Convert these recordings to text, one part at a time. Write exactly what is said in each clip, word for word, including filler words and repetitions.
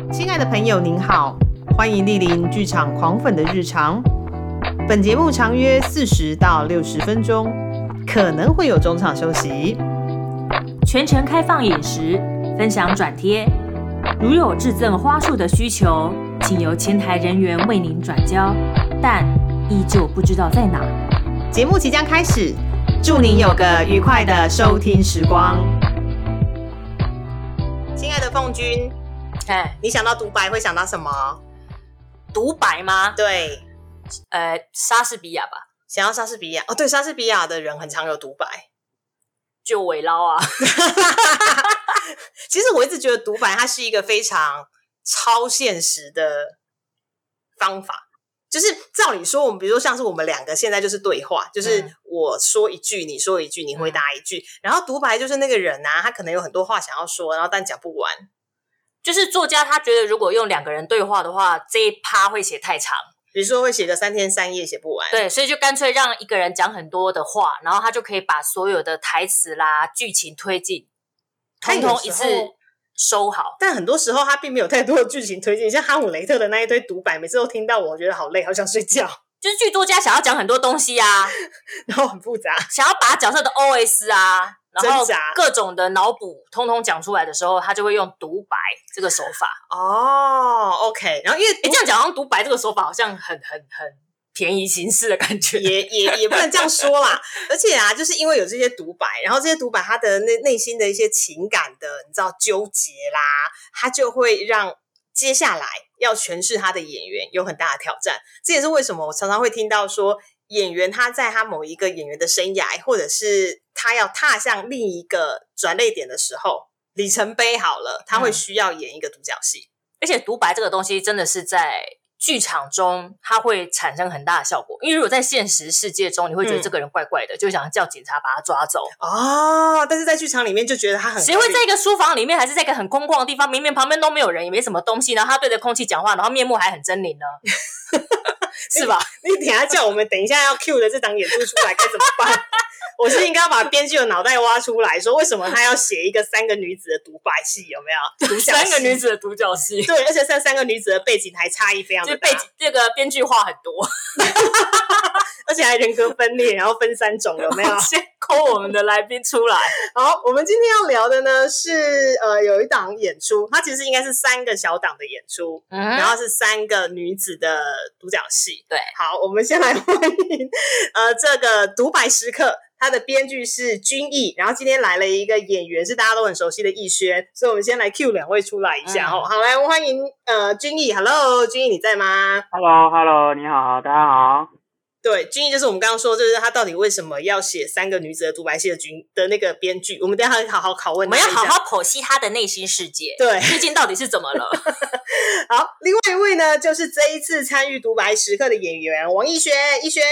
亲爱的朋友您好，欢迎莅临剧场狂粉的日常。本节目长约四十到六十分钟，可能会有中场休息， 全程开放饮食，分享转贴。如有致赠花束的需求，请由前台人员为您转交，但依旧不知道在哪。 节目即将开始，祝您有个愉快的收听时光。亲爱的凤君， 哎， 你想到独白会想到什么？ 独白吗？ 对， 呃，莎士比亚吧。 想要莎士比亚哦，对，莎士比亚的人很常有独白， 就尾捞啊。 其实我一直觉得独白它是一个非常超现实的方法，就是照理说，我们比如说像是我们两个现在就是对话，就是我说一句，你说一句，你回答一句，嗯、然后独白就是那个人啊，他可能有很多话想要说，然后但讲不完。 就是作家他觉得如果用两个人对话的话，这一趴会写太长。 比如说会写个三天三夜写不完， 对，所以就干脆让一个人讲很多的话，然后他就可以把所有的台词啦、剧情推进，通通一次收好。 但很多时候他并没有太多的剧情推进，像哈姆雷特的那一堆独白，每次都听到我觉得好累，好想睡觉。 就是剧作家想要讲很多东西啊， 然后很复杂， 想要把角色的 O S 啊，然后各种的脑补通通讲出来的时候，他就会用独白这个手法。 哦 ，OK， 然后因为这样讲，好像独白这个手法好像很很很便宜行事的感觉， 也也也不能这样说啦。而且啊，就是因为有这些独白，然后这些独白他的内内心的一些情感的，你知道纠结啦，他就会让接下来要诠释他的演员有很大的挑战。这也是为什么我常常会听到说，演员他在他某一个演员的生涯，或者是他要踏向另一个转捩点的时候，里程碑好了，他会需要演一个独角戏。嗯、 而且独白这个东西真的是在剧场中它会产生很大的效果，因为如果在现实世界中你会觉得这个人怪怪的、嗯、就想叫警察把他抓走哦，但是在剧场里面就觉得他很谁会在一个书房里面还是在一个很空旷的地方，明明旁边都没有人也没什么东西，然后他对着空气讲话，然后面目还很狰狞呢？是吧？ 你等一下叫我们等一下要 cue 的这档演出出来该怎么办？我是应该要把编剧的脑袋挖出来，说为什么他要写一个三个女子的独白戏，有没有？独角戏三个女子的独角戏， 对，而且这三个女子的背景还差异非常的大， 就背景这个编剧话很多， 而且还人格分裂，然后分三种，有没有？ 先抠我们的来宾出来。 好，我们今天要聊的呢是呃有一档演出，它其实应该是三个小档的演出，嗯、然后是三个女子的独角戏。 对， 好，我们先来欢迎呃这个独白时刻。他的编剧是君毅，然后今天来了一个演员是大家都很熟悉的逸轩，所以我们先来 cue 两位出来一下、嗯、好，来我们欢迎呃君毅。 Hello 君毅，你在吗？ Hello Hello 你好，大家好。 对，君毅就是我们刚刚说，就是他到底为什么要写三个女子的独白戏的君的那个编剧，我们等一下好好拷问他一下， 我们要好好剖析他的内心世界， 对， 最近到底是怎么了。 好，另外一位呢就是这一次参与独白时刻的演员王逸轩。逸轩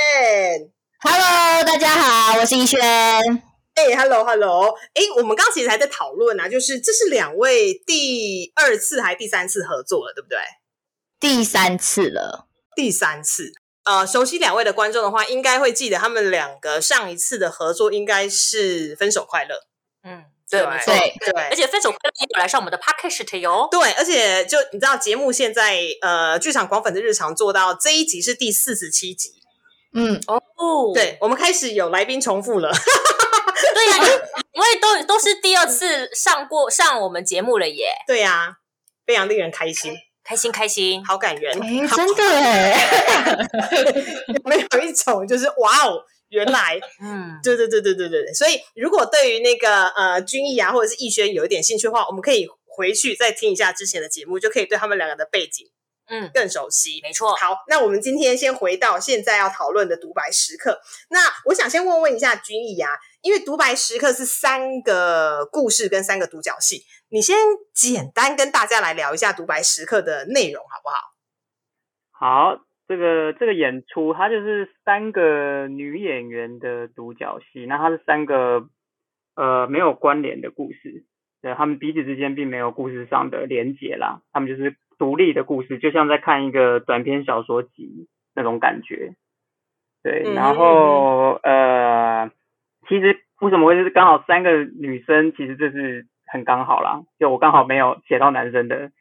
Hello， 大家好，我是逸轩。哎、 欸、，Hello Hello， 哎、欸，我们刚刚其实还在讨论啊，就是这是两位第二次还第三次合作了，对不对？ 第三次了， 第三次。呃，熟悉两位的观众的话，应该会记得他们两个上一次的合作应该是《分手快乐》。 嗯，对，没错，对，而且《分手快乐》也有来上我们的 podcast 哟。 对，而且就你知道，节目现在呃，剧场狂粉的日常做到这一集是第四十七集。 嗯哦，对，我们开始有来宾重复了。 对呀、啊，因为都都是第二次上过上我们节目了耶。 对呀、啊，非常令人开心， 开心开心， 好感人。 哎，真的哎， 有没有一种就是哇哦，原来，嗯，对对对对对对。所以如果对于那个呃君毅啊或者是逸轩有一点兴趣的话，我们可以回去再听一下之前的节目，就可以对他们两个的背景。嗯，更熟悉， 没错。 好，那我们今天先回到现在要讨论的独白时刻。那我想先问问一下君毅啊，因为独白时刻是三个故事跟三个独角戏，你先简单跟大家来聊一下独白时刻的内容好不好？ 好，这个这个演出它就是三个女演员的独角戏，那它是三个呃没有关联的故事，对，他们彼此之间并没有故事上的连结啦，他们就是独立的故事，就像在看一个短篇小说集那种感觉。对，嗯、然后呃，其实为什么会是刚好三个女生？其实这是很刚好啦，就我刚好没有写到男生的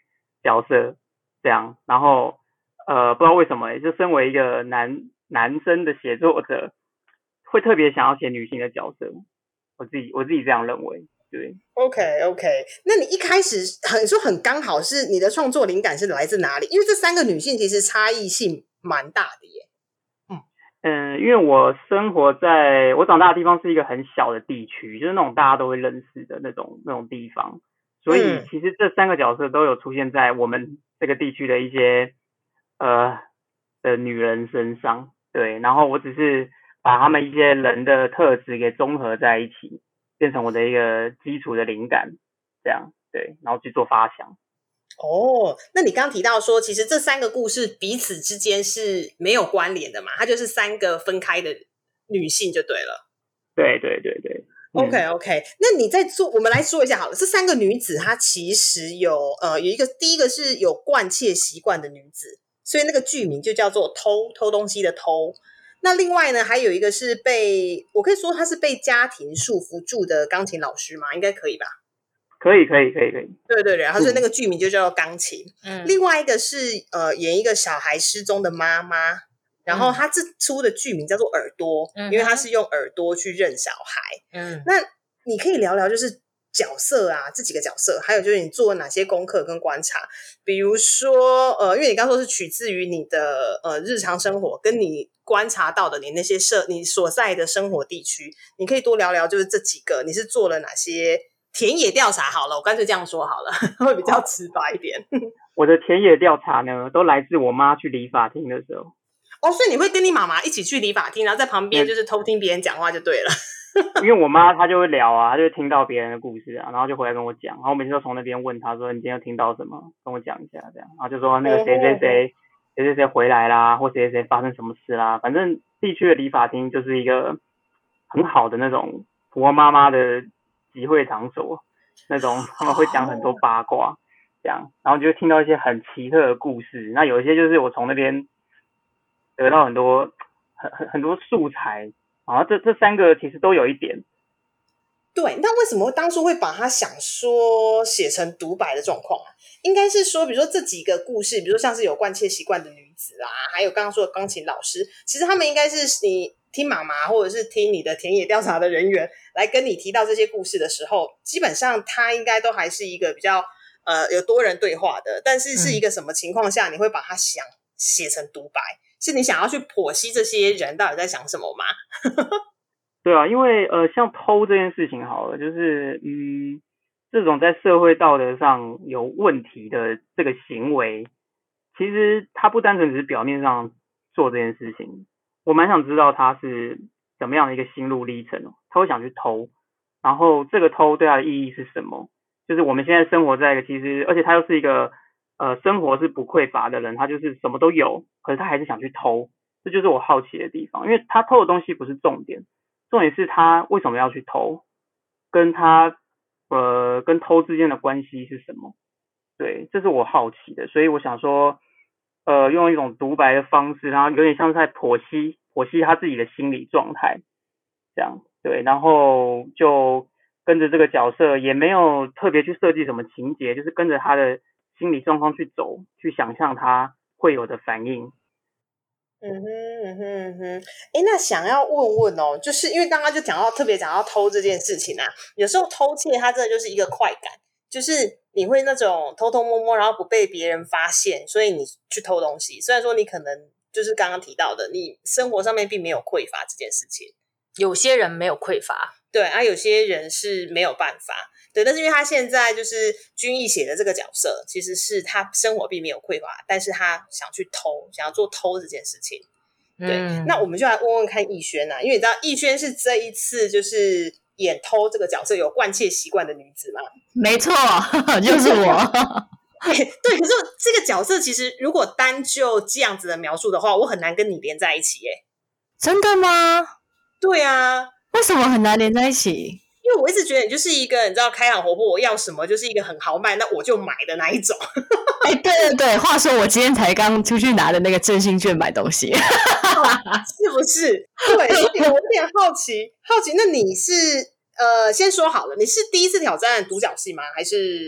角色这样，然后呃不知道为什么，就身为一个男男生的写作者，会特别想要写女性的角色，我自己我自己这样认为。对 ，OK OK， 那你一开始很说很刚好是你的创作灵感是来自哪里？因为这三个女性其实差异性蛮大的耶。 嗯，因为我生活在我长大的地方是一个很小的地区，就是那种大家都会认识的那种那种地方，所以其实这三个角色都有出现在我们这个地区的一些呃的女人身上，对，然后我只是把他们一些人的特质给综合在一起，变成我的一个基础的灵感，这样对，然后去做发想。 哦，那你刚刚提到说，其实这三个故事彼此之间是没有关联的嘛？它就是三个分开的女性就对了。 对对对对。 嗯、OK OK， 那你在做，我们来说一下好了。这三个女子，她其实有呃有一个，第一个是有惯窃习惯的女子，所以那个剧名就叫做偷偷东西的偷。那另外呢，还有一个是被我可以说她是被家庭束缚住的钢琴老师吗？应该可以吧？ 可以可以可以可以， 对对对，然后所以那个剧名就叫做钢琴。 嗯， 另外一个是呃演一个小孩失踪的妈妈，然后他这出的剧名叫做耳朵， 嗯、 因为他是用耳朵去认小孩。 嗯， 那你可以聊聊就是角色啊，这几个角色，还有就是你做了哪些功课跟观察，比如说呃，因为你刚说是取自于你的呃日常生活，跟你观察到的你那些社你所在的生活地区，你可以多聊聊，就是这几个你是做了哪些田野调查。好了，我干脆这样说好了，会比较直白一点。 我的田野调查呢，都来自我妈去理发厅的时候。 哦，所以你会跟你妈妈一起去理发厅，然后在旁边就是偷听别人讲话就对了。 因为我妈她就会聊啊，她就会听到别人的故事啊，然后就回来跟我讲，然后我每次都从那边问她说你今天有听到什么，跟我讲一下这样，然后就说那个谁谁谁谁谁谁回来啦，或谁谁谁发生什么事啦，反正地区的理发厅就是一个很好的那种婆婆妈妈的集会场所，那种他们会讲很多八卦这样，然后就会听到一些很奇特的故事，那有一些就是我从那边得到很多很很很多素材。啊，这这三个其实都有一点。 对，那为什么当初会把它想说写成独白的状况啊？应该是说，比如说这几个故事，比如说像是有惯窃习惯的女子啊，还有刚刚说的钢琴老师，其实他们应该是你听妈妈或者是听你的田野调查的人员来跟你提到这些故事的时候，基本上它应该都还是一个比较呃有多人对话的，但是是一个什么情况下你会把它想写成独白？是你想要去剖析这些人到底在想什么吗？ 对啊，因为呃，像偷这件事情好了，就是嗯，这种在社会道德上有问题的这个行为，其实它不单纯只是表面上做这件事情，我蛮想知道他是怎么样的一个心路历程哦，他会想去偷，然后这个偷对他的意义是什么？就是我们现在生活在一个其实，而且他又是一个呃生活是不匮乏的人，他就是什么都有，可是他还是想去偷，这就是我好奇的地方，因为他偷的东西不是重点。重点是他为什么要去偷，跟他呃跟偷之间的关系是什么？对，这是我好奇的，所以我想说，呃，用一种独白的方式，然后有点像是在剖析剖析他自己的心理状态，这样对，然后就跟着这个角色，也没有特别去设计什么情节，就是跟着他的心理状况去走，去想象他会有的反应。 嗯哼嗯哼嗯哼，哎，那想要问问哦，就是因为刚刚就讲到特别讲到偷这件事情啊，有时候偷窃它真的就是一个快感，就是你会那种偷偷摸摸，然后不被别人发现，所以你去偷东西。虽然说你可能就是刚刚提到的，你生活上面并没有匮乏这件事情， 有些人没有匮乏， 对啊，有些人是没有办法。对，但是因为他现在就是君毅写的这个角色，其实是他生活并没有匮乏，但是他想去偷，想要做偷这件事情。对，嗯、那我们就来问问看逸轩啊，因为你知道逸轩是这一次就是演偷这个角色有惯窃习惯的女子嘛？ 没错，就是我。 对, 对，可是这个角色其实如果单就这样子的描述的话，我很难跟你连在一起耶。 真的吗？ 对啊， 为什么很难连在一起？ 因为我一直觉得你就是一个你知道开朗活泼，我要什么就是一个很豪迈，那我就买的那一种。 哎、欸，对对对，话说我今天才刚出去拿的那个振兴券买东西， 是不是？对，所以我有点好奇，好奇，那你是呃，先说好了，你是第一次挑战独角戏吗？还是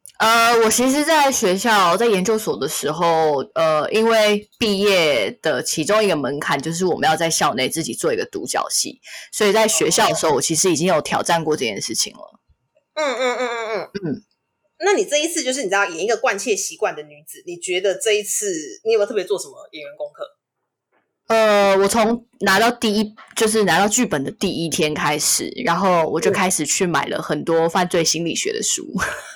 呃，我其实在学校在研究所的时候，呃，因为毕业的其中一个门槛就是我们要在校内自己做一个独角戏，所以在学校的时候，我其实已经有挑战过这件事情了。 嗯嗯嗯嗯嗯嗯。 那你这一次就是你知道演一个惯窃习惯的女子，你觉得这一次你有没有特别做什么演员功课？ 呃，我从拿到第一，就是拿到剧本的第一天开始，然后我就开始去买了很多犯罪心理学的书，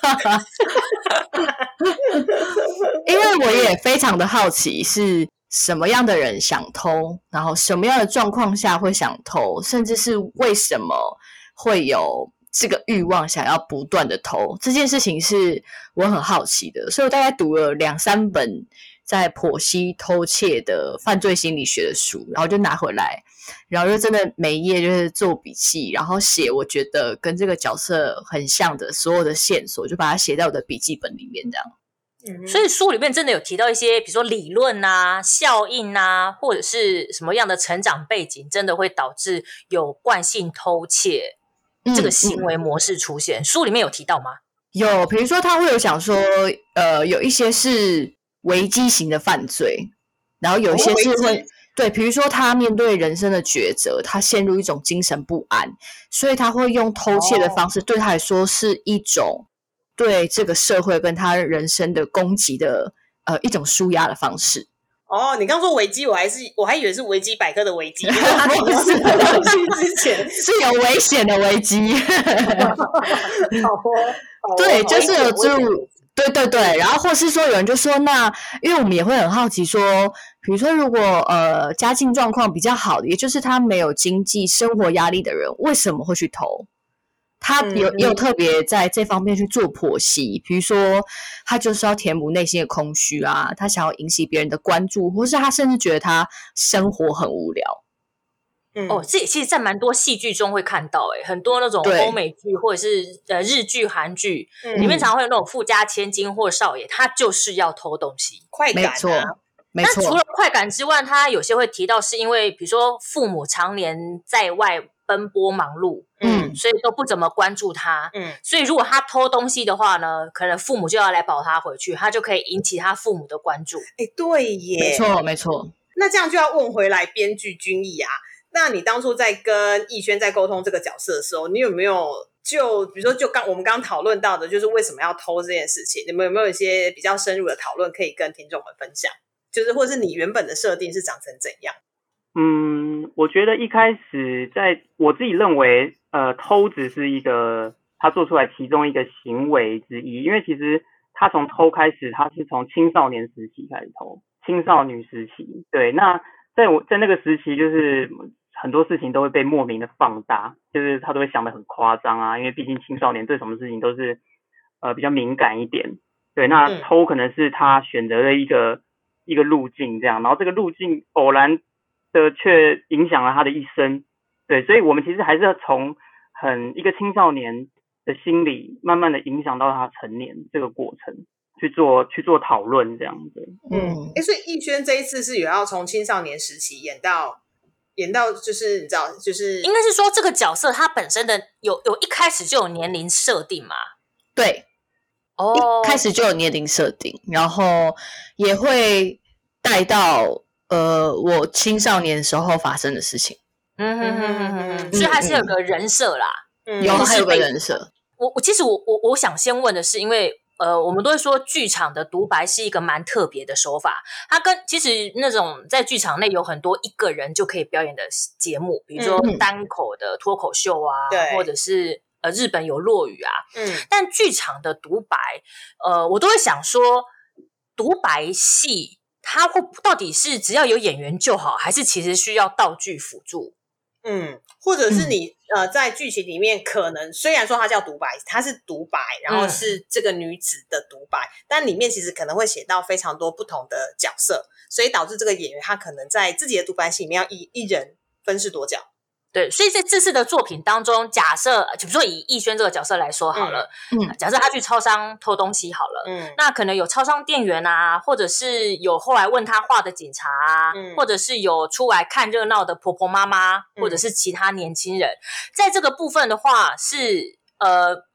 因为我也非常的好奇是什么样的人想偷，然后什么样的状况下会想偷，甚至是为什么会有这个欲望想要不断的偷，这件事情是我很好奇的，所以我大概读了两三本在剖析偷窃的犯罪心理学的书，然后就拿回来，然后就真的每一页就是做笔记，然后写我觉得跟这个角色很像的所有的线索，就把它写在我的笔记本里面这样。 嗯、所以书里面真的有提到一些比如说理论啊、效应啊，或者是什么样的成长背景真的会导致有惯性偷窃这个行为模式出现、嗯嗯、书里面有提到吗？ 有，比如说他会有讲说呃，有一些是危机型的犯罪，然后有一些是会、哦、对，比如说他面对人生的抉择，他陷入一种精神不安，所以他会用偷窃的方式、哦、对他来说是一种对这个社会跟他人生的攻击的呃一种抒压的方式。 哦，你刚说维基，我还是我还以为是维基百科的维基，因为他提到是维基之前是有危险的危机。 好哦， 对，就是有注入。对对对，然后或是说有人就说，那因为我们也会很好奇说，比如说如果呃家境状况比较好的，也就是他没有经济生活压力的人，为什么会去偷？他有、嗯、也有特别在这方面去做剖析，比如说他就是要填补内心的空虚啊，他想要引起别人的关注，或是他甚至觉得他生活很无聊。 嗯、哦，这也其实在蛮多戏剧中会看到，诶，很多那种欧美剧或者是呃日剧、韩剧、嗯、里面常常会有那种富家千金或少爷，他就是要偷东西， 快感、啊， 没错，没错。 但除了快感之外，他有些会提到是因为比如说父母常年在外奔波忙碌，嗯，所以都不怎么关注他，嗯，所以如果他偷东西的话呢，可能父母就要来保他回去，他就可以引起他父母的关注。 哎，对耶， 没错没错。 那这样就要问回来编剧君毅啊，那你当初在跟逸轩在沟通这个角色的时候，你有没有就比如说就刚我们刚讨论到的，就是为什么要偷这件事情，你们有没有一些比较深入的讨论可以跟听众们分享？就是或是你原本的设定是长成怎样？ 嗯，我觉得一开始在我自己认为，呃，偷只是一个他做出来其中一个行为之一，因为其实他从偷开始，他是从青少年时期开始偷，青少女时期，对，那在我在那个时期，就是很多事情都会被莫名的放大，就是他都会想得很夸张啊，因为毕竟青少年对什么事情都是呃比较敏感一点，对，那偷可能是他选择的一个、嗯、一个路径这样，然后这个路径偶然的却影响了他的一生，对，所以我们其实还是要从很一个青少年的心理慢慢的影响到他成年这个过程去做去做讨论这样子。 嗯，哎，所以逸轩这一次是有要从青少年时期演到演到就是你知道就是应该是说这个角色他本身的有有一开始就有年龄设定嘛？ 对，哦，一开始就有年龄设定，然后也会带到呃我青少年时候发生的事情。 嗯哼哼哼哼，所以还是有个人设啦。 嗯，有还有个人设。 我我其实我我我想先问的是，因为呃，我们都会说剧场的独白是一个蛮特别的手法，它跟其实那种在剧场内有很多一个人就可以表演的节目，比如说单口的脱口秀啊，嗯、或者是呃日本有落语啊，嗯，但剧场的独白，呃，我都会想说，独白戏它会到底是只要有演员就好，还是其实需要道具辅助？ 嗯，或者是你、嗯、呃，在剧情里面可能虽然说它叫独白，它是独白，然后是这个女子的独白、嗯、但里面其实可能会写到非常多不同的角色，所以导致这个演员他可能在自己的独白戏里面要一一人分饰多角。 对，所以在这次的作品当中，假设比如说以逸轩这个角色来说好了，嗯，假设他去超商偷东西好了，嗯，那可能有超商店员啊，或者是有后来问他话的警察啊，嗯，或者是有出来看热闹的婆婆妈妈，或者是其他年轻人，嗯、在这个部分的话是呃。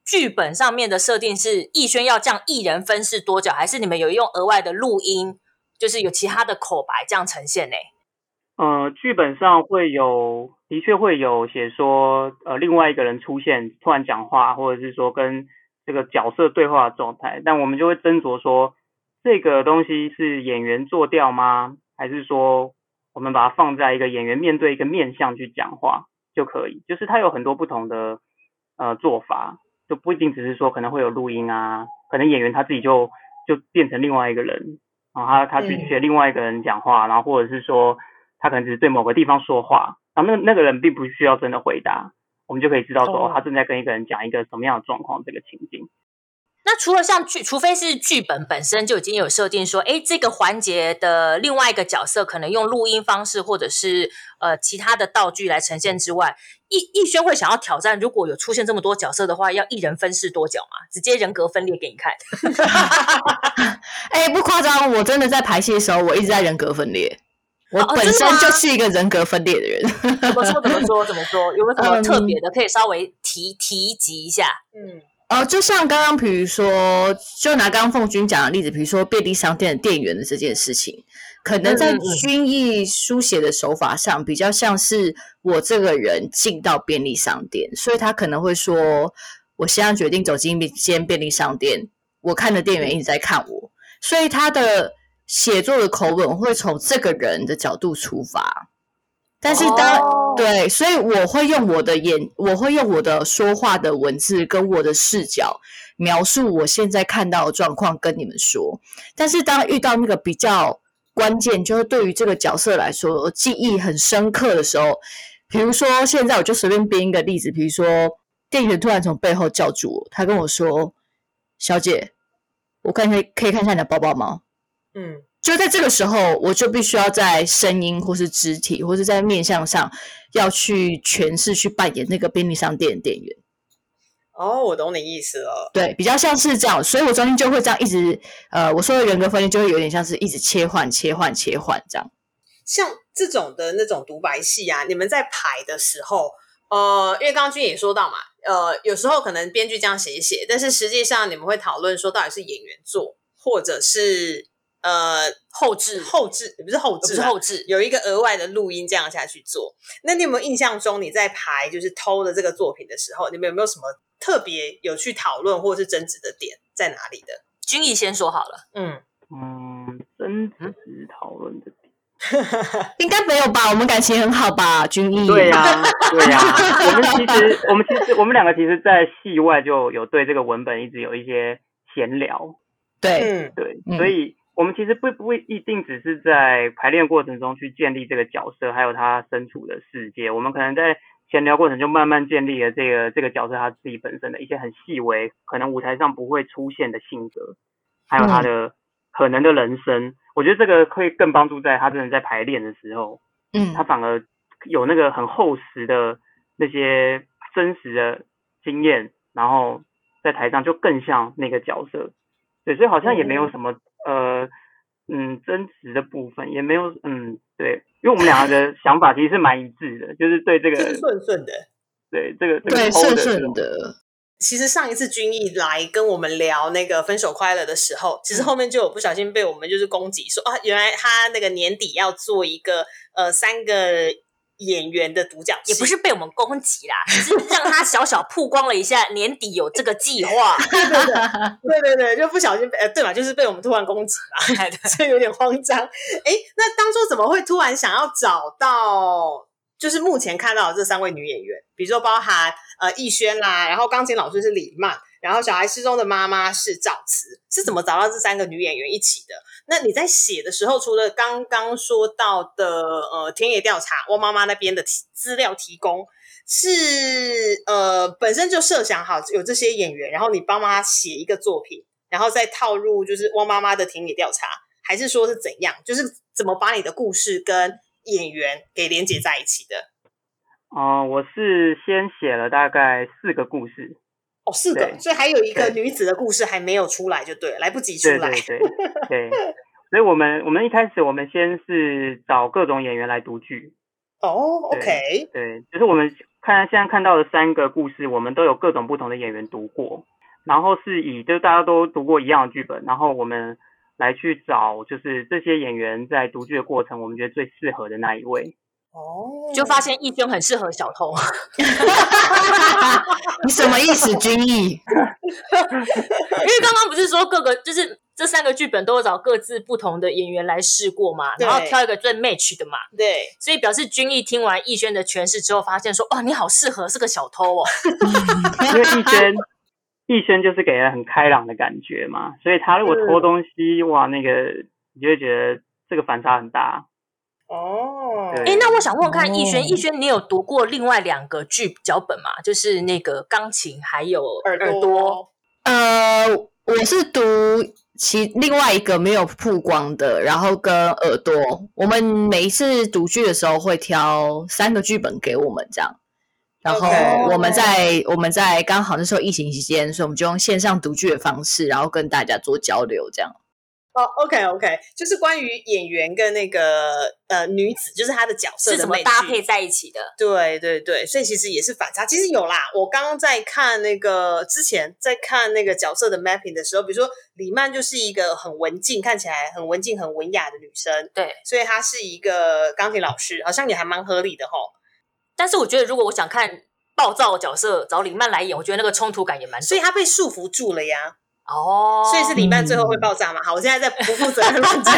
剧本上面的设定是逸轩要这样一人分饰多角，还是你们有用额外的录音，就是有其他的口白这样呈现呢？ 呃，剧本上会有，的确会有写说，呃，另外一个人出现，突然讲话，或者是说跟这个角色对话的状态，但我们就会斟酌说，这个东西是演员做掉吗？还是说我们把它放在一个演员面对一个面向去讲话就可以？就是它有很多不同的呃做法，就不一定只是说可能会有录音啊，可能演员他自己就就变成另外一个人，然后他他去学另外一个人讲话，嗯、然后或者是说他可能只是对某个地方说话，然后那那个人并不需要真的回答，我们就可以知道说、哦、他正在跟一个人讲一个什么样的状况，这个情境。 那除了像剧，除非是剧本本身就已经有设定说，哎，这个环节的另外一个角色可能用录音方式或者是呃其他的道具来呈现之外，逸逸轩会想要挑战，如果有出现这么多角色的话，要一人分饰多角嘛，直接人格分裂给你看。 哎，不夸张，我真的在排戏的时候，我一直在人格分裂。我本身就是一个人格分裂的人。 哦、怎么说？怎么说？怎么说？有没有什么特别的，可以稍微提提及一下？ 嗯。呃，就像刚刚，比如说，就拿刚刚凤君讲的例子，比如说便利商店的店员的这件事情，可能在君逸书写的手法上，比较像是我这个人进到便利商店，所以他可能会说，我现在决定走进一间便利商店，我看的店员一直在看我，所以他的写作的口吻会从这个人的角度出发。但是当、oh. 对，所以我会用我的演，我会用我的说话的文字跟我的视角描述我现在看到的状况跟你们说。但是当遇到那个比较关键，就是对于这个角色来说记忆很深刻的时候，比如说现在我就随便编一个例子，比如说店员突然从背后叫住我，他跟我说：“小姐，我看可以可以看一下你的包包吗？”嗯。就在这个时候，我就必须要在声音或是肢体或是在面向上要去诠释去扮演那个便利商店的店员。 哦，我懂你意思了。 对，比较像是这样，所以我中间就会这样一直呃，我说的人格分裂就会有点像是一直切换切换切换这样。 像这种的那种独白戏啊，你们在排的时候呃，因为刚刚君也说到嘛，呃，有时候可能编剧这样写一写，但是实际上你们会讨论说到底是演员做或者是呃，后置后置也不是后置， 不是后置， 有一个额外的录音这样下去做。那你有没有印象中你在排就是偷的这个作品的时候，你们有没有什么特别有去讨论或是争执的点在哪里的？ 君逸先说好了。 嗯嗯，争执讨论的点应该没有吧？我们感情很好吧，君逸？ 对呀、啊，对呀、啊。我们其实我们其实我们两个其实在戏外就有对这个文本一直有一些闲聊。 对， 对， 嗯、 所以我们其实不不一定只是在排练过程中去建立这个角色，还有他身处的世界。我们可能在闲聊过程就慢慢建立了这个这个角色他自己本身的一些很细微，可能舞台上不会出现的性格，还有他的可能的人生。嗯、我觉得这个会更帮助在他真的在排练的时候，嗯，他反而有那个很厚实的那些真实的经验，然后在台上就更像那个角色。对，所以好像也没有什么、嗯、呃嗯争执的部分，也没有嗯对，因为我们两个的想法其实是蛮一致的，就是对这个就是顺顺的， 对这个这个对顺顺的。 其实上一次君逸来跟我们聊那个分手快乐的时候，其实后面就有不小心被我们就是攻击说、嗯、啊，原来他那个年底要做一个呃三个演员的独角戏， 也不是被我们攻击啦，只是让他小小曝光了一下年底有这个计划。 对对对，对对对，就不小心被呃，对嘛，就是被我们突然攻击啦，所以有点慌张。哎，那当初怎么会突然想要找到，就是目前看到的这三位女演员，比如说包含呃逸轩啦，然后钢琴老师是李曼，然后小孩失踪的妈妈是赵慈，是怎么找到这三个女演员一起的？那你在写的时候，除了刚刚说到的呃田野调查，汪妈妈那边的资料提供，是呃本身就设想好有这些演员，然后你帮妈妈写一个作品，然后再套入就是汪妈妈的田野调查，还是说是怎样？就是怎么把你的故事跟演员给连结在一起的？ 哦、呃，我是先写了大概四个故事。 哦，四个，所以还有一个女子的故事还没有出来就对了，来不及出来。 对对对对，所以我们我们一开始我们先是找各种演员来读剧。 哦 ，OK， 对，就是我们看现在看到的三个故事，我们都有各种不同的演员读过，然后是以就是大家都读过一样的剧本，然后我们来去找就是这些演员在读剧的过程，我们觉得最适合的那一位。 哦， 就发现逸轩很适合小偷。 你什么意思，君毅？ 因为刚刚不是说各个就是这三个剧本都有找各自不同的演员来试过嘛，然后挑一个最 match 的嘛。 对， 所以表示君毅听完逸轩的诠释之后，发现说，哦，你好适合是个小偷哦。 因为逸轩，逸轩就是给人很开朗的感觉嘛，所以他如果偷东西，哇，那个你就会觉得这个反差很大。 哦， 哎，那我想问问看，逸轩，逸轩，你有读过另外两个剧脚本吗？就是那个钢琴还有耳朵。 耳朵呃，我是读其另外一个没有曝光的，然后跟耳朵。我们每一次读剧的时候会挑三个剧本给我们这样，然后我们在、okay. 我们在刚好那时候疫情期间，所以我们就用线上读剧的方式，然后跟大家做交流这样。 哦、oh, ，OK OK， 就是关于演员跟那个呃女子，就是她的角色的是怎么搭配在一起的？ 对对对，所以其实也是反差。其实有啦，我刚刚在看那个之前在看那个角色的 mapping 的时候，比如说李曼就是一个很文静，看起来很文静、很文雅的女生， 对， 所以她是一个钢琴老师，好像也还蛮合理的齁。 但是我觉得，如果我想看暴躁的角色找李曼来演，我觉得那个冲突感也蛮重， 所以她被束缚住了呀。 哦， 所以是李曼最后会爆炸吗？好，我现在在不负责任乱讲。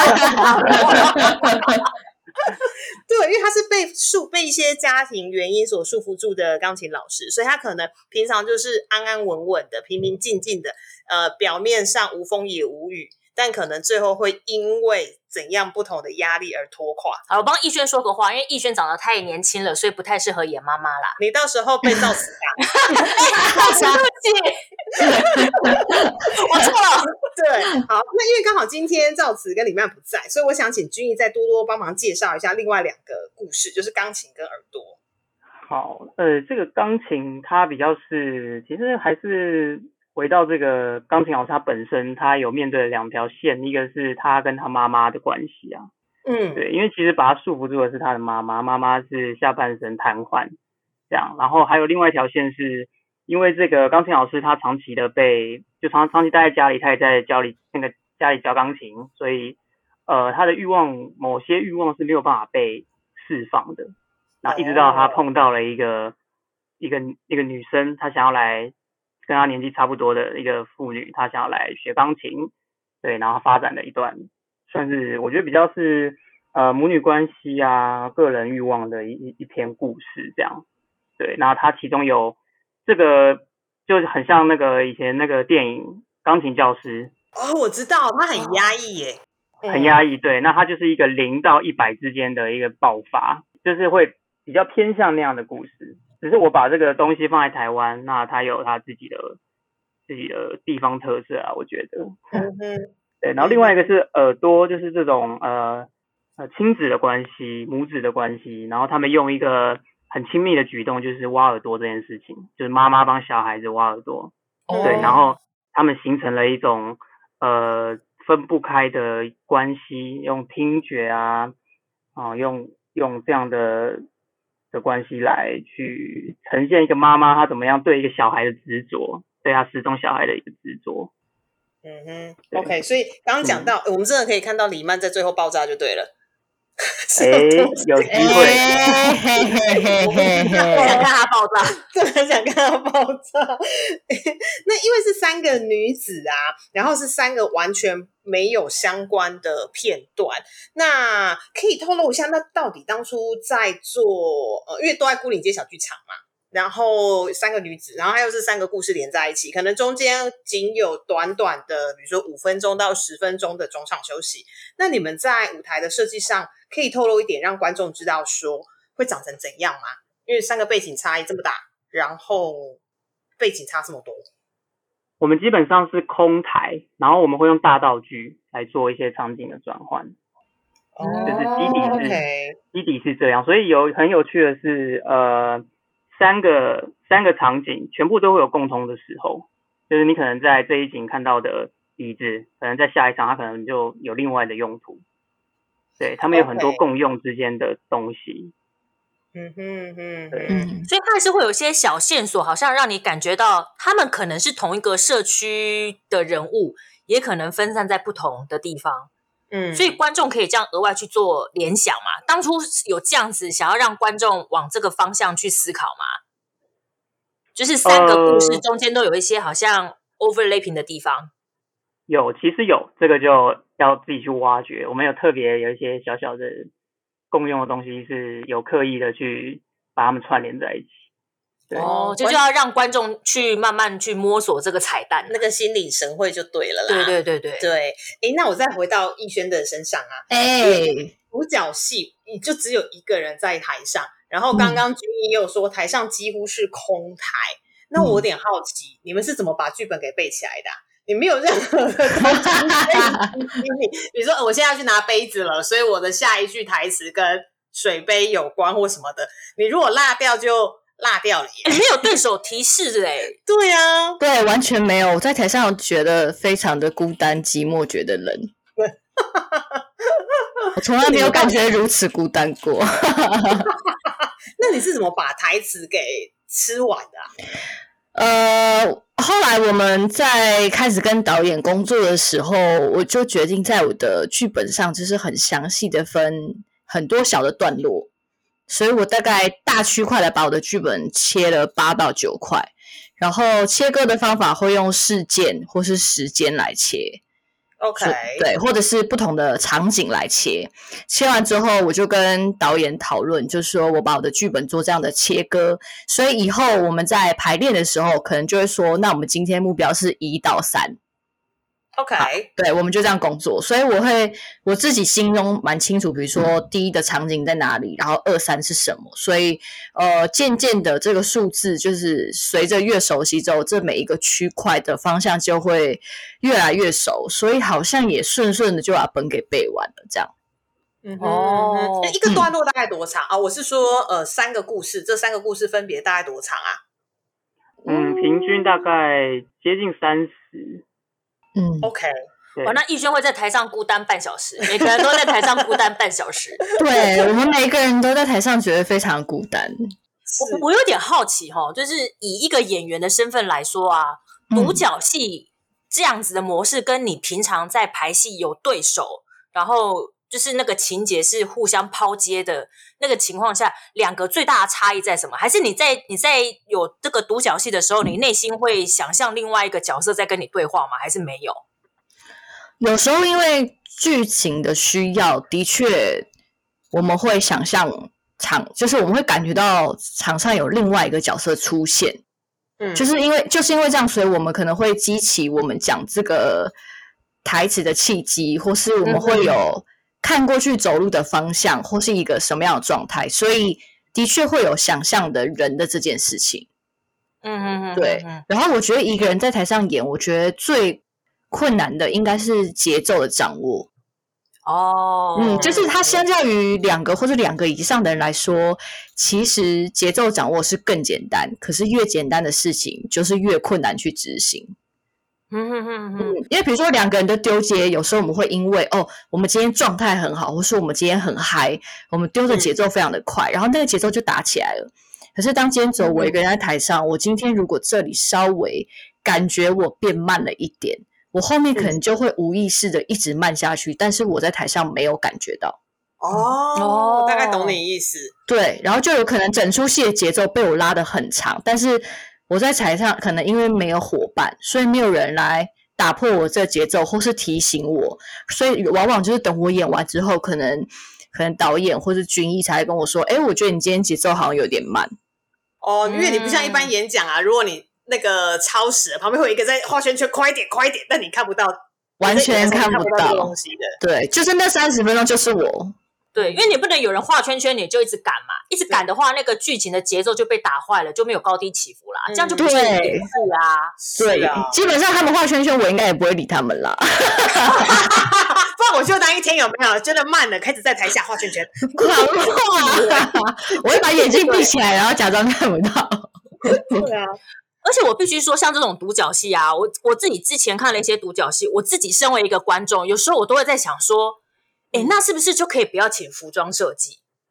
对，因为他是被束被一些家庭原因所束缚住的钢琴老师，所以他可能平常就是安安稳稳的、平平静静的，呃，表面上无风也无雨，但可能最后会因为怎样不同的压力而拖垮。 好，我帮逸轩说个话，因为逸轩长得太年轻了，所以不太适合演妈妈啦。 你到时候被造死吧。 对不起。我错了。 对，好，那因为刚好今天赵慈跟李曼不在，所以我想请君毅再多多帮忙介绍一下另外两个故事，就是钢琴跟耳朵。 好，呃，这个钢琴它比较是，其实还是回到这个钢琴老师他本身，他有面对两条线，一个是他跟他妈妈的关系啊， 嗯，对， 因为其实把他束缚住的是他的妈妈，妈妈是下半身瘫痪，这样，然后还有另外一条线是。因为这个钢琴老师他长期的被就长长期待在家里，他也在家里那个家里教钢琴，所以呃他的欲望某些欲望是没有办法被释放的。然后一直到他碰到了一个一个一个女生，她想要来跟他年纪差不多的一个妇女，她想要来学钢琴，对，然后发展了一段算是我觉得比较是呃母女关系啊、个人欲望的一一篇故事这样。对，然后他其中有。这个就很像那个以前那个电影《钢琴教师》 哦，我知道，他很压抑耶， 很压抑。对，那他就是一个零到一百之间的一个爆发，就是会比较偏向那样的故事。只是我把这个东西放在台湾，那他有他自己的自己的地方特色啊，我觉得。 嗯哼。 对，然后另外一个是耳朵，就是这种呃呃亲子的关系、母子的关系，然后他们用一个。很亲密的举动就是挖耳朵这件事情，就是妈妈帮小孩子挖耳朵，哦、对，然后他们形成了一种呃分不开的关系，用听觉啊，啊、呃、用用这样的的关系来去呈现一个妈妈她怎么样对一个小孩的执着，对她失踪小孩的一个执着。 嗯哼 ，OK， 所以刚刚讲到、嗯，我们真的可以看到李曼在最后爆炸就对了。 哎，有机会， 我想看他爆炸， 对，很想看他爆炸。那因为是三个女子啊，然后是三个完全没有相关的片段，那可以透露一下，那到底当初在做呃，因为都在牯岭街小剧场嘛。然后三个女子，然后还有是三个故事连在一起，可能中间仅有短短的比如说五分钟到十分钟的中场休息。那你们在舞台的设计上可以透露一点让观众知道说会长成怎样吗？因为三个背景差异这么大，然后背景差这么多。 我们基本上是空台，然后我们会用大道具来做一些场景的转换。哦，就是基底是、okay. 基底是这样，所以有很有趣的是呃三个三个场景全部都会有共同的时候，就是你可能在这一景看到的椅子，可能在下一场它可能就有另外的用途。对，他们有很多共用之间的东西。 嗯哼哼对嗯， 所以它还是会有一些小线索，好像让你感觉到他们可能是同一个社区的人物，也可能分散在不同的地方。 嗯， 所以观众可以这样额外去做联想嘛？当初有这样子想要让观众往这个方向去思考嘛？就是三个故事中间都有一些好像 overlapping 的地方。 有，其实有，这个就要自己去挖掘。我们有特别有一些小小的共用的东西，是有刻意的去把它们串联在一起。 哦，这就要让观众去慢慢去摸索这个彩蛋， 那个心领神会就对了啦。 对对对对对。诶，那我再回到逸轩的身上啊， 哎， 独角戏你就只有一个人在台上，然后刚刚君毅也有说台上几乎是空台，那我有点好奇，你们是怎么把剧本给背起来的啊？你没有任何的空间可以比如说我现在要去拿杯子了，所以我的下一句台词跟水杯有关或什么的，你如果落掉就落掉了耶。 没有对手提示的哎。 对啊， 对，完全没有。我在台上觉得非常的孤单寂寞，觉得冷。我从来没有感觉如此孤单过。 那你是怎么把台词给吃完的啊？ 呃，后来我们在开始跟导演工作的时候，我就决定在我的剧本上就是很详细的分很多小的段落，所以我大概大区块的把我的剧本切了八到九块，然后切割的方法会用事件或是时间来切。 OK， 对，或者是不同的场景来切。切完之后，我就跟导演讨论，就是说我把我的剧本做这样的切割，所以以后我们在排练的时候，可能就会说，那我们今天目标是一到三。 OK， 对，我们就这样工作，所以我会我自己心中蛮清楚，比如说第一的场景在哪里，然后二三是什么，所以呃，渐渐的这个数字就是随着越熟悉之后，这每一个区块的方向就会越来越熟，所以好像也顺顺的就把本给背完了，这样。 嗯哦， 一个段落大概多长、嗯、啊？我是说，呃，三个故事，这三个故事分别大概多长啊？ 嗯，平均大概接近三十。 嗯 ，OK。 哇，那逸轩会在台上孤单半小时，每个人都在台上孤单半小时。 对，我们每个人都在台上觉得非常孤单。 我我有点好奇哈，就是以一个演员的身份来说啊，独角戏这样子的模式，跟你平常在排戏有对手，然后就是那个情节是互相抛接的那个情况下，两个最大的差异在什么？还是你在你在有这个独角戏的时候，你内心会想象另外一个角色在跟你对话吗？还是没有？ 有时候因为剧情的需要，的确我们会想象场，就是我们会感觉到场上有另外一个角色出现，嗯，就是因为就是因为这样，所以我们可能会激起我们讲这个台词的契机，或是我们会有看过去走路的方向，或是一个什么样的状态，所以的确会有想象的人的这件事情。 嗯嗯嗯， 对。然后我觉得一个人在台上演，我觉得最困难的应该是节奏的掌握。 哦， 嗯，就是它相较于两个或者两个以上的人来说，其实节奏掌握是更简单，可是越简单的事情就是越困难去执行。 嗯哼哼哼， 因为比如说两个人的丢接，有时候我们会因为哦，我们今天状态很好，或是我们今天很嗨，我们丢的节奏非常的快，然后那个节奏就打起来了。可是当今天只有我一个人在台上，我今天如果这里稍微感觉我变慢了一点，我后面可能就会无意识的一直慢下去，但是我在台上没有感觉到。 哦，大概懂你意思。 对，然后就有可能整出戏的节奏被我拉得很长，但是我在台上可能因为没有伙伴，所以没有人来打破我这节奏或是提醒我，所以往往就是等我演完之后，可能可能导演或是君毅才会跟我说，诶，我觉得你今天节奏好像有点慢。 哦，因为你不像一般演讲啊，如果你那个超时，旁边会有一个在画圈圈，快一点，快一点，但你看不到， 完全看不到东西的。 对，就是那三十分钟就是我。 对，因为你不能有人画圈圈，你就一直赶嘛，一直赶的话，那个剧情的节奏就被打坏了，就没有高低起伏啦，嗯、这样就不是演戏啊。 对啊，基本上他们画圈圈，我应该也不会理他们啦。 不然我就当一天有没有真的慢了，开始在台下画圈圈， 狂画，我会把眼睛闭起来，然后假装看不到。 对啊。 而且我必须说，像这种独角戏啊，我我自己之前看了一些独角戏，我自己身为一个观众，有时候我都会在想说，哎，那是不是就可以不要请服装设计？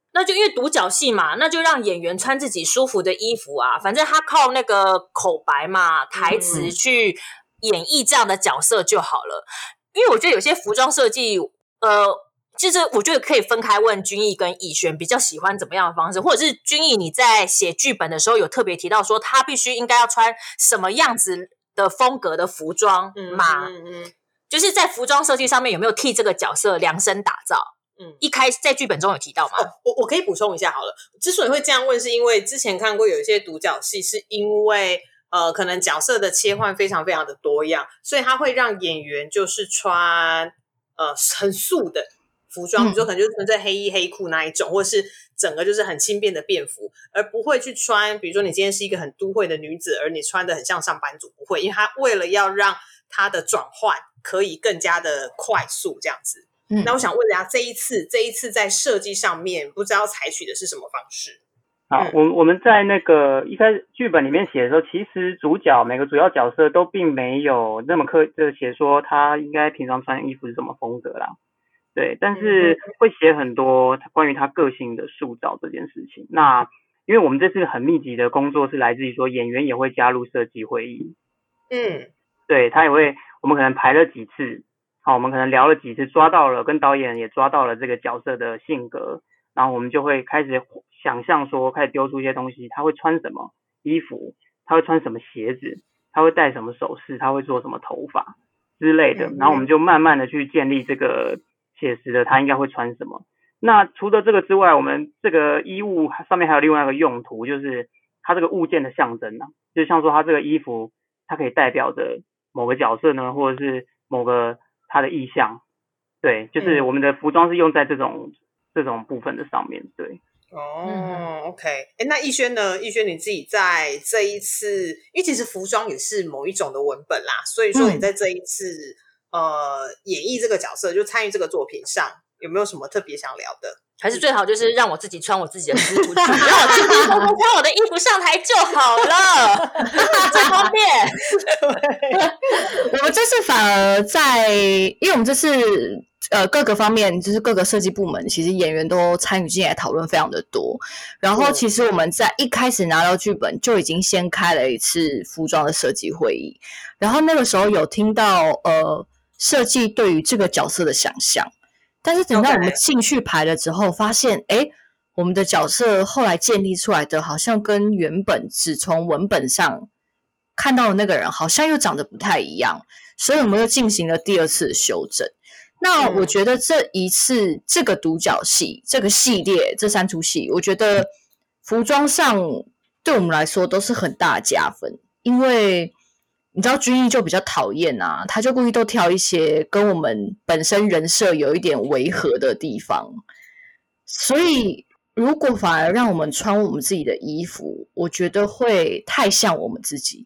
那就因为独角戏嘛，那就让演员穿自己舒服的衣服啊，反正他靠那个口白嘛、台词去演绎这样的角色就好了。因为我觉得有些服装设计，呃，其实我觉得可以分开问君毅跟逸轩比较喜欢怎么样的方式，或者是君毅你在写剧本的时候有特别提到说他必须应该要穿什么样子的风格的服装嘛？嗯嗯嗯，就是在服装设计上面有没有替这个角色量身打造？嗯，一开始在剧本中有提到吗？ 哦、我我可以补充一下好了。之所以会这样问，是因为之前看过有一些独角戏，是因为呃，可能角色的切换非常非常的多样，所以他会让演员就是穿呃很素的服装，比如说可能就是纯粹黑衣黑裤那一种，或者是整个就是很轻便的便服，而不会去穿，比如说你今天是一个很都会的女子，而你穿的很像上班族，不会，因为他为了要让他的转换可以更加的快速这样子。嗯、那我想问一下，这一次这一次在设计上面，不知道采取的是什么方式？ 好， 嗯、 我我们在那个一开始剧本里面写的时候，其实主角每个主要角色都并没有那么刻意的写说他应该平常穿衣服是什么风格啦，对，但是会写很多关于他个性的塑造这件事情。那因为我们这次很密集的工作是来自于说演员也会加入设计会议，嗯，对，他也会，我们可能排了几次。好，我们可能聊了几次，抓到了，跟导演也抓到了这个角色的性格，然后我们就会开始想象说，开始丢出一些东西，他会穿什么衣服，他会穿什么鞋子，他会戴什么首饰，他会做什么头发之类的，然后我们就慢慢的去建立这个写实的他应该会穿什么。那除了这个之外，我们这个衣物上面还有另外一个用途，就是它这个物件的象征啊，就像说它这个衣服，它可以代表着某个角色呢，或者是某个他的意象，对，就是我们的服装是用在这种、嗯、这种部分的上面，对。 哦、嗯、，OK， 哎，那逸轩呢？逸轩你自己在这一次，因为其实服装也是某一种的文本啦，所以说你在这一次、嗯、呃演绎这个角色，就参与这个作品上，有没有什么特别想聊的？ 还是最好就是让我自己穿我自己的衣服去，让我自己偷偷穿我的衣服上台就好了，最方便。 我们这次反而在，因为我们这次呃各个方面，就是各个设计部门，其实演员都参与进来讨论非常的多。然后其实我们在一开始拿到剧本就已经先开了一次服装的设计会议，然后那个时候有听到呃设计对于这个角色的想象。但是等到我们进去排了之后，发现，诶，我们的角色后来建立出来的，好像跟原本只从文本上看到的那个人，好像又长得不太一样，所以我们又进行了第二次的修正。那我觉得这一次这个独角戏这个系列这三出戏，我觉得服装上对我们来说都是很大的加分，因为你知道君毅就比较讨厌啊，他就故意都挑一些跟我们本身人设有一点违和的地方，所以如果反而让我们穿我们自己的衣服，我觉得会太像我们自己。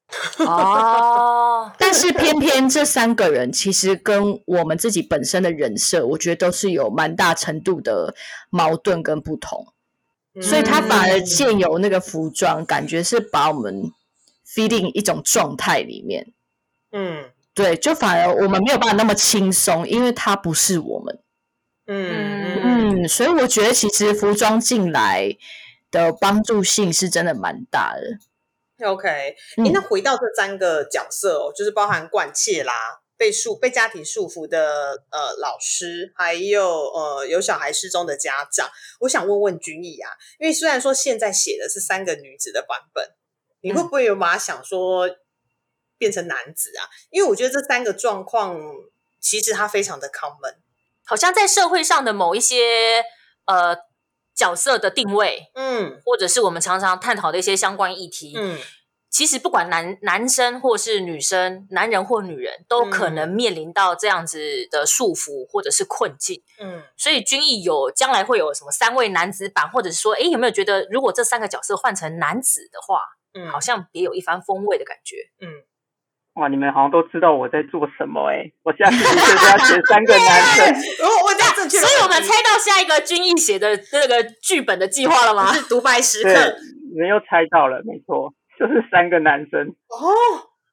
哦，但是偏偏这三个人其实跟我们自己本身的人设，我觉得都是有蛮大程度的矛盾跟不同，嗯、所以他反而借由那个服装，感觉是把我们feeding 一种状态里面，嗯，对，就反而我们没有办法那么轻松，因为它不是我们，嗯嗯，所以我觉得其实服装进来的帮助性是真的蛮大的。 OK，、嗯、那回到这三个角色哦，就是包含惯窃啦、被束被家庭束缚的呃老师，还有呃有小孩失踪的家长，我想问问君毅啊，因为虽然说现在写的是三个女子的版本。你会不会有把它想说变成男子啊？因为我觉得这三个状况其实它非常的 common， 好像在社会上的某一些呃角色的定位，嗯，或者是我们常常探讨的一些相关议题，嗯，其实不管男男生或是女生，男人或女人，都可能面临到这样子的束缚或者是困境，嗯，所以君毅有将来会有什么三位男子版，或者是说，诶，有没有觉得如果这三个角色换成男子的话？嗯，好像别有一番风味的感觉。嗯， 哇，你们好像都知道我在做什么哎、欸！我下次就是要写三个男生。 我我这样正确， 所以我们猜到下一个君毅写的这个剧本的计划了吗？ 是独白时刻。 你们又猜到了，没错，就是三个男生。 哦，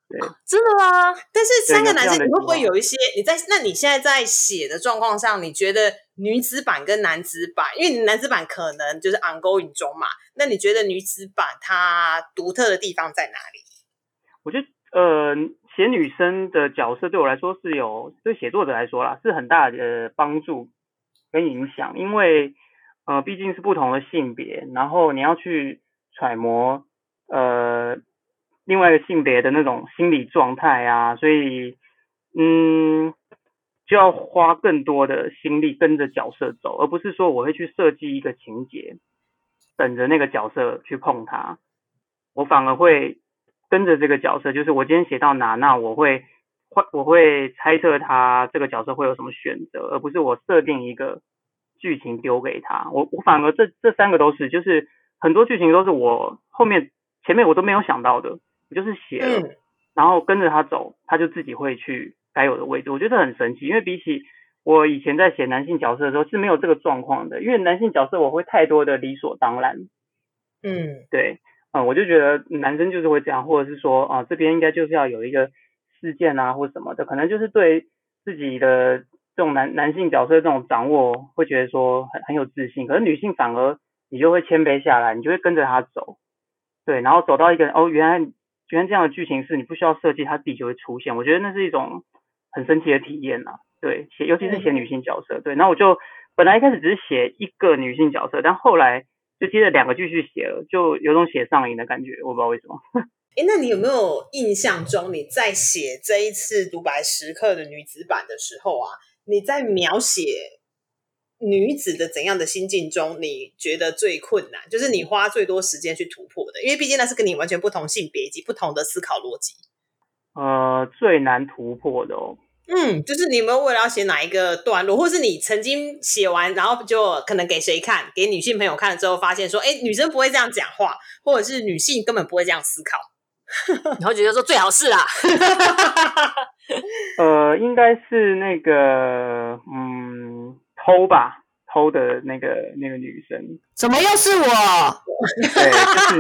对， 真的吗？ 但是三个男生， 对你会不会有一些你在那你现在在写的状况上，你觉得女子版跟男子版，因为你男子版可能就是 ongoing 中嘛，那你觉得女子版它独特的地方在哪里？ 我觉得呃，写女生的角色对我来说是有，对写作者来说啦，是很大的帮助跟影响，因为呃，毕竟是不同的性别，然后你要去揣摩呃另外一个性别的那种心理状态啊，所以嗯，就要花更多的心力跟着角色走，而不是说我会去设计一个情节，等着那个角色去碰它，我反而会跟着这个角色，就是我今天写到哪，那我会我会猜测他这个角色会有什么选择，而不是我设定一个剧情丢给他。我我反而这这三个都是，就是很多剧情都是我后面前面我都没有想到的，我就是写了，嗯、然后跟着他走，他就自己会去该有的位置。我觉得很神奇，因为比起我以前在写男性角色的时候是没有这个状况的，因为男性角色我会太多的理所当然。 嗯， 对。嗯，我就觉得男生就是会这样，或者是说啊，这边应该就是要有一个事件啊，或什么的，可能就是对自己的这种男男性角色这种掌握，会觉得说很很有自信。可是女性反而你就会谦卑下来，你就会跟着他走，对，然后走到一个哦，原来原来这样的剧情是你不需要设计，它自己就会出现。我觉得那是一种很神奇的体验啊，对，写尤其是写女性角色，对，然后我就本来一开始只是写一个女性角色，但后来就接着两个继续写了，就有种写上瘾的感觉，我不知道为什么。 哎，那你有没有印象中你在写这一次独白时刻的女子版的时候啊，你在描写女子的怎样的心境中，你觉得最困难，就是你花最多时间去突破的？因为毕竟那是跟你完全不同性别以及不同的思考逻辑。 呃，最难突破的哦。 嗯，就是你有没有为了要写哪一个段落，或是你曾经写完，然后就可能给谁看，给女性朋友看了之后，发现说，哎，女生不会这样讲话，或者是女性根本不会这样思考， 然后觉得说最好是啦。 呃，应该是那个，嗯，偷吧，偷的那个那个女生。 怎么又是我？ 对，就是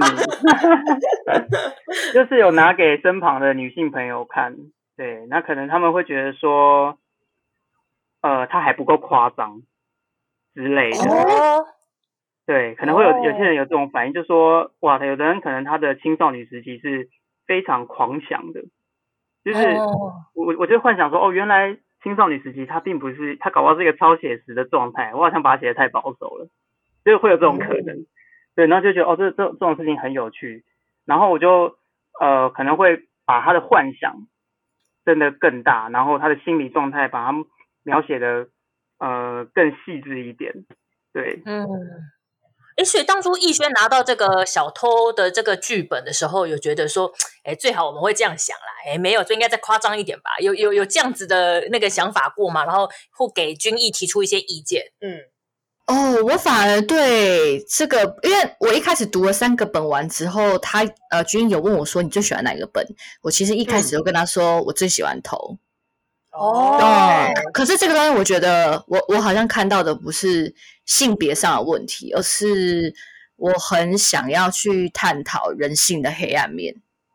你，就是有拿给身旁的女性朋友看。对，那可能他们会觉得说，呃，他还不够夸张之类的。 哦， 对，可能会有有些人有这种反应，就说，哇，有的人可能他的青少女时期是非常狂想的，就是我我就幻想说，哦，原来青少女时期他并不是，他搞不好是一个超写实的状态，我好像把它写得太保守了，就会有这种可能。对，然后就觉得，哦，这这这种事情很有趣，然后我就呃可能会把他的幻想真的更大，然后他的心理状态把他描写的呃更细致一点，对， 嗯，哎，所以当初逸轩拿到这个小偷的这个剧本的时候，有觉得说，哎，最好我们会这样想啦，哎，没有，就应该再夸张一点吧？有有有这样子的那个想法过吗？然后会给君毅提出一些意见， 嗯。 哦，我反而对这个，因为我一开始读了三个本完之后，他呃君有问我说你最喜欢哪个本？我其实一开始就跟他说、嗯、我最喜欢头。 哦、 嗯，可是这个东西我觉得我我好像看到的不是性别上的问题，而是我很想要去探讨人性的黑暗面。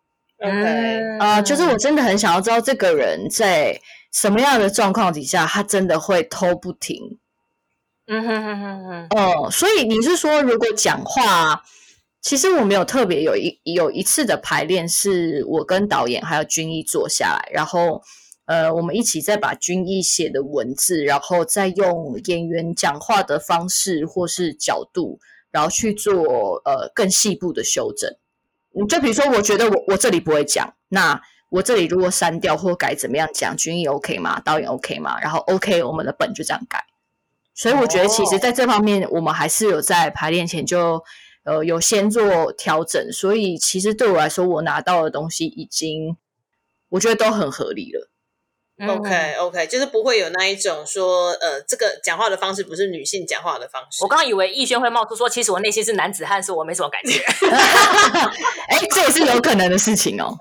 OK， 呃，就是我真的很想要知道这个人在什么样的状况底下，他真的会偷不停。 嗯哼哼哼哼， 哦，所以你是说，如果讲话，其实我没有特别有一有一次的排练，是我跟导演还有君毅坐下来，然后呃，我们一起再把君毅写的文字，然后再用演员讲话的方式或是角度，然后去做呃更细部的修正。就比如说，我觉得我我这里不会讲，那我这里如果删掉或改怎么样讲，君毅 OK 吗？导演 OK 吗？然后 OK， 我们的本就这样改。所以我觉得其实在这方面我们还是有在排练前就呃有先做调整，所以其实对我来说我拿到的东西已经我觉得都很合理了。 OK OK， 就是不会有那一种说呃这个讲话的方式不是女性讲话的方式。 我刚刚以为逸轩会冒出说其实我内心是男子汉，是我没什么感觉。 哎、欸，这也是有可能的事情哦。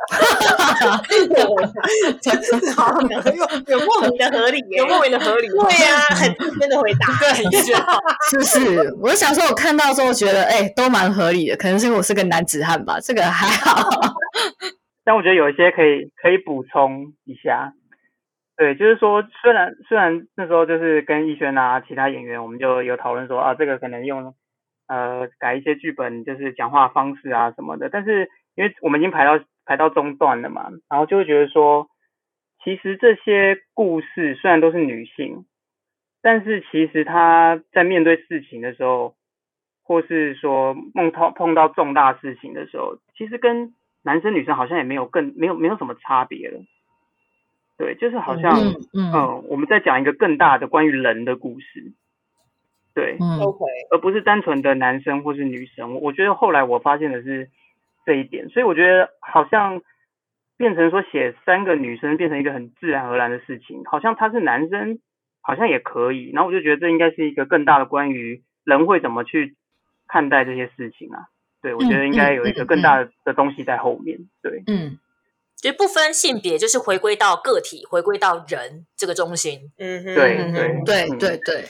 好，有有莫名的合理耶， 有莫名的合理。 对呀、啊，很自然的回答。 对，逸轩是不是？我想说我看到之后觉得哎、欸、都蛮合理的，可能是因为我是个男子汉吧，这个还好。 但我觉得有一些可以可以补充一下。对，就是说虽然虽然那时候就是跟逸轩啊其他演员我们就有讨论说啊这个可能用呃改一些剧本就是讲话方式啊什么的，但是因为我们已经排到排到中段了嘛，然后就会觉得说其实这些故事虽然都是女性，但是其实她在面对事情的时候，或是说梦到碰到重大事情的时候，其实跟男生女生好像也没有更没有没有什么差别了。对，就是好像嗯、 嗯呃、我们在讲一个更大的关于人的故事。对、 嗯 OK， 而不是单纯的男生或是女生。我觉得后来我发现的是这一点，所以我觉得好像变成说写三个女生变成一个很自然而然的事情，好像他是男生好像也可以，然后我就觉得这应该是一个更大的关于人会怎么去看待这些事情啊。对，我觉得应该有一个更大的、嗯嗯嗯、的东西在后面。对， 嗯，就是不分性别，就是回归到个体，回归到人这个中心。 嗯哼， 对对对对对。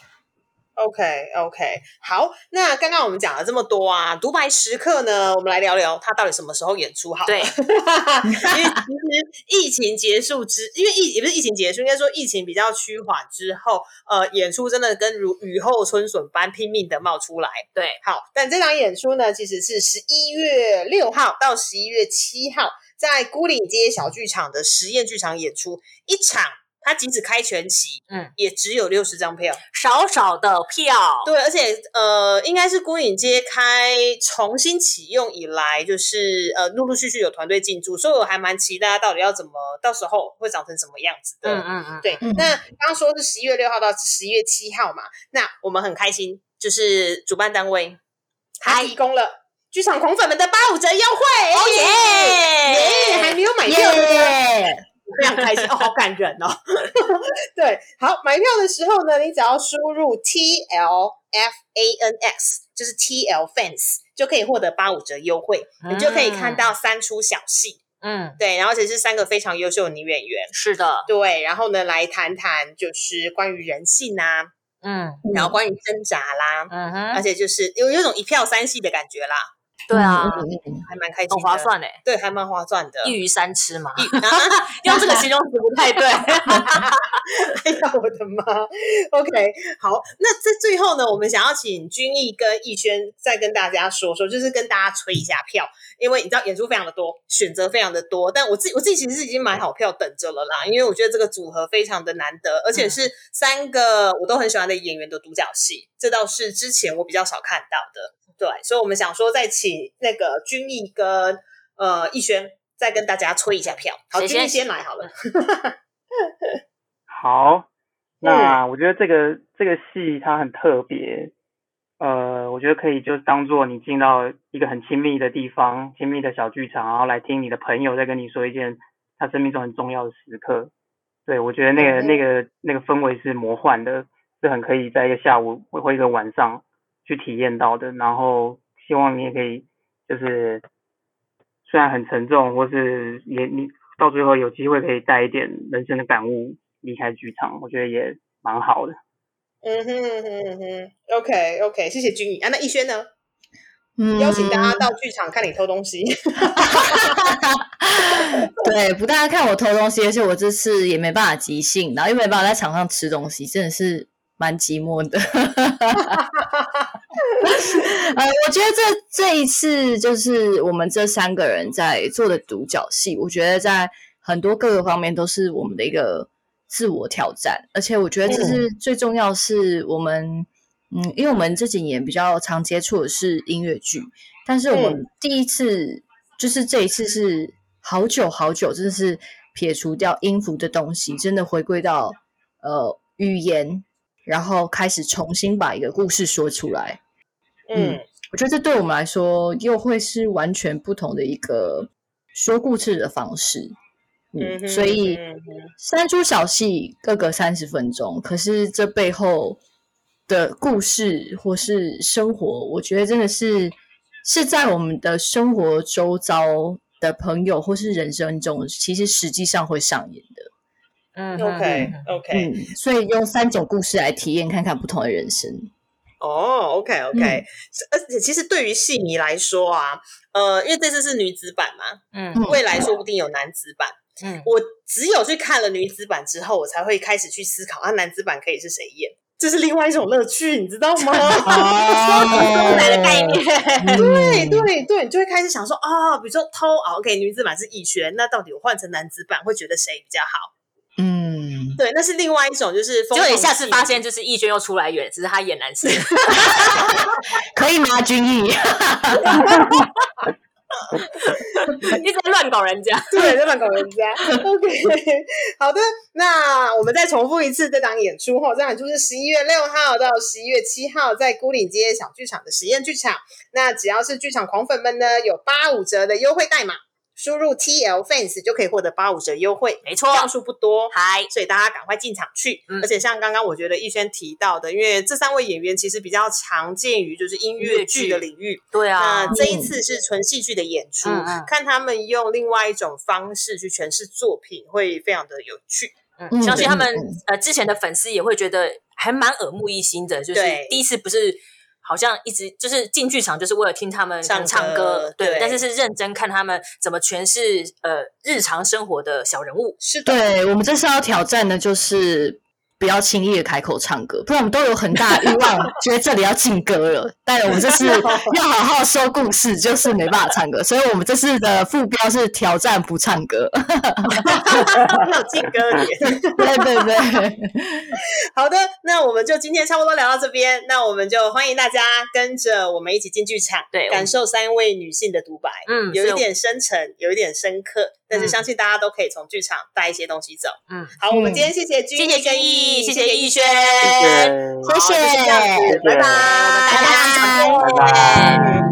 OK OK， 好，那刚刚我们讲了这么多啊，独白时刻呢，我们来聊聊它到底什么时候演出好了。 对， 因为其实疫情结束之，因为疫也不是疫情结束，应该说疫情比较趋缓之后，呃，演出真的跟如雨后春笋般拼命的冒出来。 对， 好，但这场演出呢，其实是十一月六号到十一月七号，在牯岭街小剧场的实验剧场演出，一场。它即使开全期，嗯，也只有六十张票， 少少的票。 对，而且呃，应该是牯岭街开重新启用以来，就是呃，陆陆续续有团队进驻，所以我还蛮期待到底要怎么，到时候会长成什么样子的。 嗯嗯嗯， 对。嗯、那刚刚说是十一月六号到十一月七号嘛，那我们很开心，就是主办单位他提供了剧场狂粉们的八五折优惠， 哦耶耶，还没有买票的耶。非常开心哦，好感人哦！对，好，买票的时候呢，你只要输入 T L F A N X， 就是 T L Fans， 就可以获得八五折优惠，嗯、你就可以看到三出小戏。嗯，对，然后而且是三个非常优秀的女演员。 是的， 对，然后呢，来谈谈就是关于人性啊，嗯，然后关于挣扎啦，嗯哼，而且就是有有一种一票三戏的感觉啦。 对啊， 还蛮开心的， 很划算诶。 对，还蛮划算的， 一鱼三吃嘛。用这个形容词不太对。 哎呀，我的妈 ！OK， 好，那在最后呢，我们想要请君毅跟逸轩再跟大家说说，就是跟大家催一下票，因为你知道演出非常的多，选择非常的多，但我自己我自己其实是已经买好票等着了啦，因为我觉得这个组合非常的难得，而且是三个我都很喜欢的演员的独角戏，这倒是之前我比较少看到的。对，所以我们想说再请那个君毅跟呃逸轩再跟大家催一下票。好，君毅先来好了。 好，那我觉得这个、嗯、这个戏它很特别，呃，我觉得可以就当做你进到一个很亲密的地方，亲密的小剧场，然后来听你的朋友在跟你说一件他生命中很重要的时刻。对，我觉得那个、嗯、那个那个氛围是魔幻的，是很可以在一个下午或一个晚上去体验到的，然后希望你也可以就是虽然很沉重，或是也你到最后有机会可以带一点人生的感悟离开剧场，我觉得也蛮好的。 嗯哼嗯哼嗯哼 OK OK， 谢谢君毅啊。那逸轩呢？嗯，邀请大家到剧场看你偷东西。 对，不大家看我偷东西，而且我这次也没办法即兴，然后又没办法在场上吃东西，真的是蛮寂寞的。呃，我觉得这这一次就是我们这三个人在做的独角戏，我觉得在很多各个方面都是我们的一个自我挑战，而且我觉得这是最重要，是我们嗯，因为我们这几年比较常接触的是音乐剧，但是我们第一次、嗯、就是这一次是好久好久，真的是撇除掉音符的东西，真的回归到呃语言。然后开始重新把一个故事说出来，嗯，嗯我觉得这对我们来说又会是完全不同的一个说故事的方式，嗯，嗯所以三出小戏各个三十分钟，可是这背后的故事或是生活，我觉得真的是是在我们的生活周遭的朋友或是人生中，其实实际上会上演的。 嗯 ，OK OK， 嗯，所以用三种故事来体验看看不同的人生。 哦 ，OK OK，、 嗯、 而且其实对于戏迷来说啊，呃，因为这次是女子版嘛， 嗯， 未来说不定有男子版。 嗯， 我只有去看了女子版之后，我才会开始去思考，啊，男子版可以是谁演？这是另外一种乐趣，你知道吗？ 哦，奶的概念， 对对对，你就会开始想说，哦，比如说偷啊 ，OK， 女子版是逸轩，那到底我换成男子版会觉得谁比较好？ 嗯， 对，那是另外一种，就是结果你下次发现，就是逸轩又出来演，只是他演男生， 可以吗？君毅， 一直在乱搞人家， 对，在乱搞人家。OK， 好的，那我们再重复一次这档演出哈，这档演出是十一月六号到十一月七号在牯岭街小剧场的实验剧场。那只要是剧场狂粉们呢，有八五折的优惠代码。输入 T L fans 就可以获得八五折优惠， 没错， 票数不多， 嗨， 所以大家赶快进场去。 嗯、 而且像刚刚我觉得逸轩提到的，因为这三位演员其实比较常见于就是音乐剧的领域， 对啊。 那这一次是纯戏剧的演出， 嗯嗯看他们用另外一种方式去诠释作品，会非常的有趣。 嗯，相信他们、嗯、呃之前的粉丝也会觉得还蛮耳目一新的，就是第一次不是。好像一直就是进剧场就是为了听他们唱歌，唱歌对, 对，但是是认真看他们怎么诠释呃日常生活的小人物。 是的， 对，我们这次要挑战的就是不要轻易的开口唱歌，不然我们都有很大的欲望觉得这里要进歌了，但我们这次要好好说故事，就是没办法唱歌，所以我们这次的副标是挑战不唱歌。 要进歌点。 对对对。 好的，那我们就今天差不多聊到这边，那我们就欢迎大家跟着我们一起进剧场， 对， 感受三位女性的独白， 嗯， 有一点深沉，有一点深刻，但是相信大家都可以从剧场带一些东西走。嗯，好，我们今天谢谢君毅， 谢谢君毅，谢谢逸轩， 谢谢， 谢谢，拜拜， 大家拜拜。